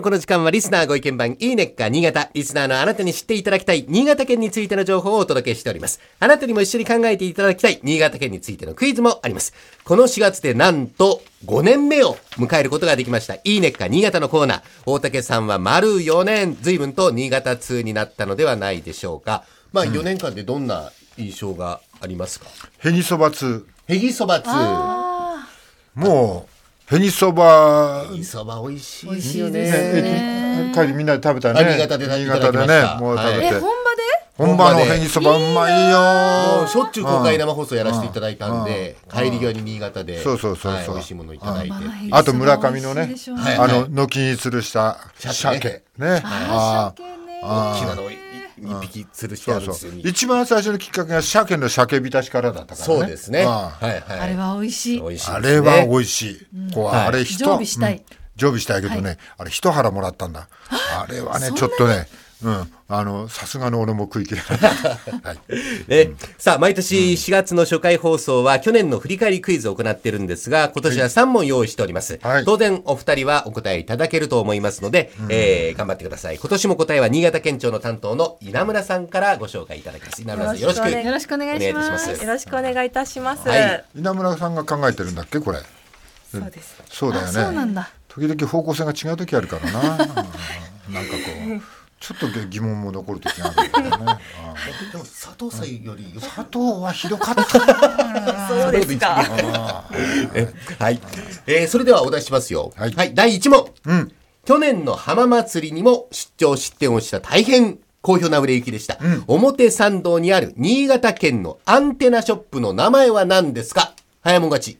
この時間はリスナーご意見番いいねっか新潟。リスナーのあなたに知っていただきたい新潟県についての情報をお届けしております。あなたにも一緒に考えていただきたい新潟県についてのクイズもあります。この4月でなんと5年目を迎えることができましたいいねっか新潟のコーナー。大竹さんは丸4年随分と新潟通になったのではないでしょうか。まあ4年間でどんな印象がありますか。 へぎそば通。 へぎそば通。 もうへぎそば。 へぎそば美味しい美味しいですよですね。 帰りみんなで食べたね。 新潟でいただきました。 もう食べて。 本場で本場のへぎそばうまいよ。 もうしょっちゅう公開生放送やらせていただいたんで、帰り際に新潟でそう美味しいものをいただいて、 あと村上のね、 はい軒に吊るした鮭ね。 鮭ね。 大きなのを一匹吊るしてあるんですよ。 一番最初のきっかけが鮭の鮭浸しからだったからね。 そうですね。はいはい。 あれは美味しい。 美味しいですね。 あれは美味しい。あれ常備したい。 常備したいけどね、あれ一腹もらったんだ。あれはねちょっとね。さすがの俺も食い切れない、 さあ毎年4月の初回放送は去年の振り返りクイズを行っているんですが、今年は3問用意しております、当然お二人はお答えいただけると思いますので、頑張ってください。今年も答えは新潟県庁の担当の稲村さんからご紹介いただきます。稲村さんよろしくお願いします。 よろしくお願いいたします。 稲村さんが考えてるんだっけこれ。 そうです。 そうだよね。 そうなんだ。 時々方向性が違う時あるからな。なんかこうちょっと疑問も残る時があるからね。 でも佐藤さんより佐藤はひどかったそうですか。 はい、それではお出ししますよ。はい、第1問、去年の浜祭りにも出張出店をした大変好評な売れ行きでした、表参道にある新潟県のアンテナショップの名前は何ですか。早もん勝ち。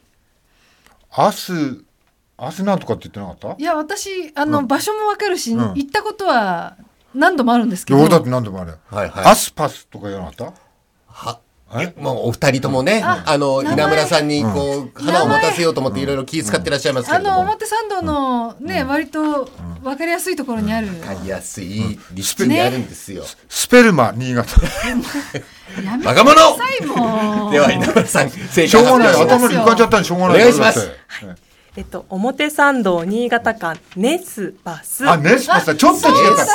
明日なんとかって言ってなかった。 いや私場所もわかるし、行ったことは何度もあるんですけど。 俺だって何度もあるよ。アスパスとか言わなかった。 もうお二人ともね、稲村さんにこう花を持たせようと思っていろいろ気遣ってらっしゃいますけれども、 表参道のね、割と分かりやすいところにある、 分かりやすいリスペにあるんですよ。 スペルマ新潟。 バカ者。では稲村さん正解発表します。 頭に浮かんじゃったんでしょうがない。 お願いします。 表参道新潟間ネスパス。 ネスパスだ。ちょっと違うから。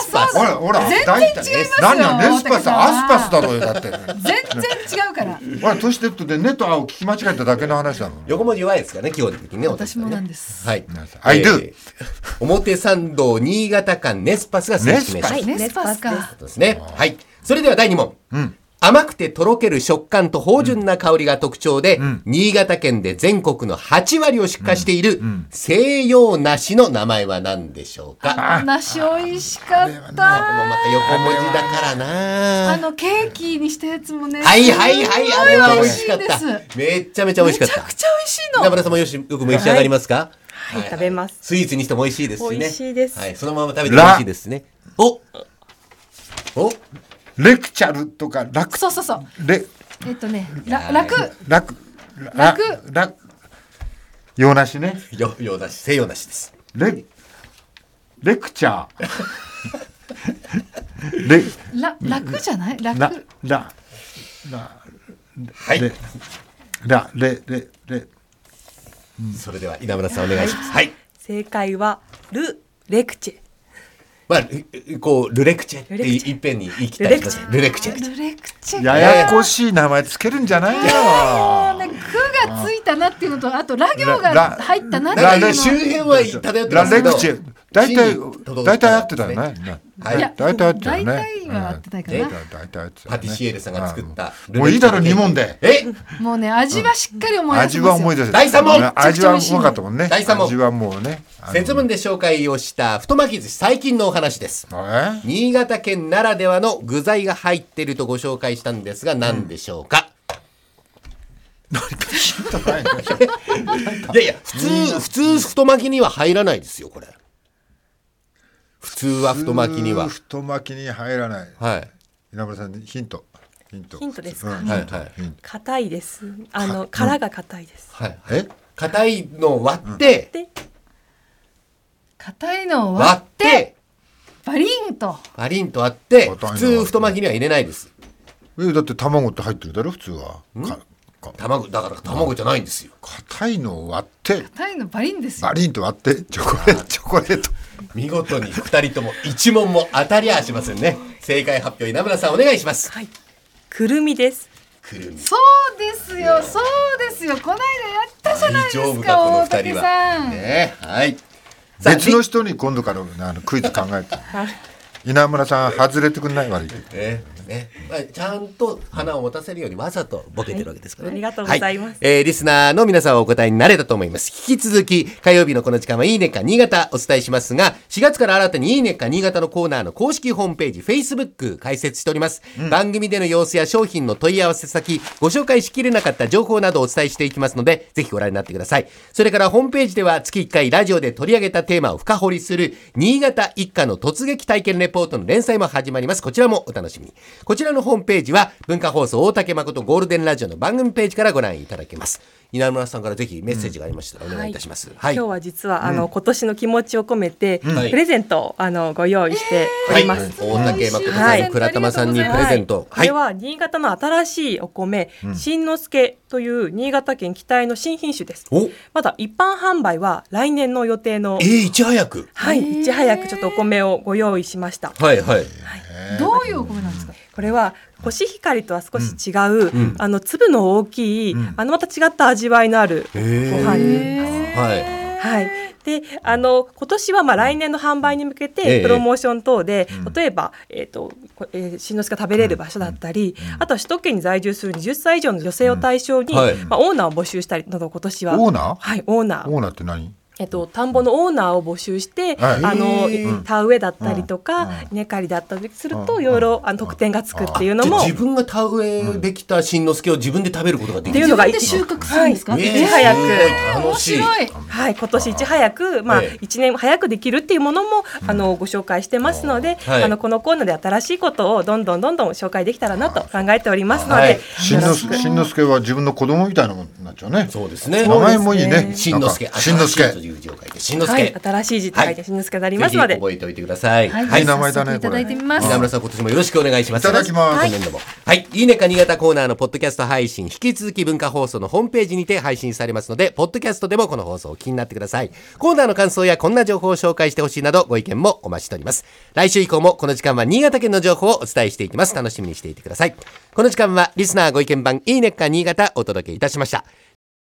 ほら全然違いますよ。 何やネスパスアスパスだろうよだって。 全然違うから。 ほら年取ってでネと青聞き間違えただけの話だもん。 横文字弱いですからね基本的にね。 私もなんです。 はい。 I do。 表参道新潟間ネスパスが正式名称。 ネスパスか。 ですね。はい。それでは第2問。甘くてとろける食感と芳醇な香りが特徴で、新潟県で全国の8割を出荷している西洋梨の名前は何でしょうか。 梨美味しかった。 また横文字だからな。 ケーキにしたやつもね。 はいあれは美味しかった。めちゃめちゃ美味しかった。 めちゃくちゃ美味しいの。 稲村さんもよく召し上がりますか。 はい、食べます。 スイーツにしても美味しいですしね。 美味しいです。 はい、そのまま食べて美味しいですね。おレクチャルとか楽。 そう。楽。 洋梨ね。 洋梨、西洋梨です。 レクチャー。 楽じゃない？楽。 はい。それでは稲村さんお願いします。はい。 正解はレクチェ。 こうルレクチェっていっぺんに言い切ったりします。ルレクチェ。 ややこしい名前つけるんじゃないよ。 句がついたなっていうのと、あとラ行が入ったなっていうの。 周辺は漂ってますけど。 ラレクチェ。大体合ってたよね。大体合ってたよね。 大体は合ってないかな。 パティシエールさんが作った。 もういいだろ2問で。 もうね味はしっかり思い出せますよ。 味は思い出せ。 第3問。 味はうまかったもんね。 第3問。 味はもうね。 節分で紹介をした太巻き寿司最近のお話です。新潟県ならではの具材が入っているとご紹介したんですが何でしょうか。いや普通太巻きには入らないですよこれ。普通は太巻きには太巻きに入らない。はい。稲村さんヒントですか。硬いです。殻が硬いです。 はい。硬いのを割って。 硬いのを割ってバリンと割って普通太巻きには入れないです。 だって卵って入ってるだろ普通は。 卵だから卵じゃないんですよ。 硬いのを割って硬いのバリンですよ。 バリンと割ってチョコレート見事に2人とも1問も当たりゃしませんね。正解発表稲村さんお願いします。 はい、くるみです。 くるみ。 そうですよ、そうですよ。この間やったじゃないですか。 大丈夫かこの2人大竹はさん。 ね。はい。 別の人に今度からクイズ考えて稲村さん外れてくんない悪いちゃんと花を持たせるようにわざとボケてるわけですからね。 ありがとうございます。 リスナーの皆さんはお答えになれたと思います。引き続き火曜日のこの時間はいいねか新潟お伝えしますが、4月から新たにいいねか新潟のコーナーの公式ホームページ Facebook 開設しております。番組での様子や商品の問い合わせ先、ご紹介しきれなかった情報などをお伝えしていきますので、ぜひご覧になってください。それからホームページでは月1回ラジオで取り上げたテーマを深掘りする新潟一家の突撃体験レポートの連載も始まります。こちらもお楽しみに。こちらのホームページは文化放送大竹誠ゴールデンラジオの番組ページからご覧いただけます。稲村さんからぜひメッセージがありましたらお願いいたします。 今日は実は今年の気持ちを込めてプレゼントをご用意しております。 大竹誠さん、倉玉さんにプレゼント。 これは新潟の新しいお米、新之助という新潟県北井の新品種です。まだ一般販売は来年の予定のいち早くいち早くちょっとお米をご用意しました。 どういうお米なんですか？ これはコシヒカリとは少し違う、粒の大きい、また違った味わいのあるご飯にで今年は来年の販売に向けてプロモーション等で、例えば、新之助が食べれる場所だったり、あとは首都圏に在住する20歳以上の女性を対象に、オーナーを募集したりなど今年はオーナー？ はい、オーナーって何？ 田んぼのオーナーを募集して、田植えだったりとか、稲刈りだったりするといろいろ特典がつくっていうのも、 自分が田植えできた新之助を自分で食べることができるっていうのが収穫するんですか？ いち早く楽しい。 今年いち早く1年早くできるっていうものもご紹介してますので、このコーナーで新しいことをどんどん紹介できたらなと考えておりますので、 新之助は自分の子供みたいなものになっちゃうね。 そうですね。 名前もいいね。 新之助。新之助、 新しい字と書いて新之助になりますので、 覚えておいてください。 いい名前だねこれ。 稲村さん今年もよろしくお願いします。 いただきます。 今年度もいいねか新潟コーナーのポッドキャスト配信引き続き文化放送のホームページにて配信されますので、ポッドキャストでもこの放送を気になってください。コーナーの感想やこんな情報を紹介してほしいなどご意見もお待ちしております。来週以降もこの時間は新潟県の情報をお伝えしていきます。楽しみにしていてください。この時間はリスナーご意見番いいねか新潟お届けいたしました。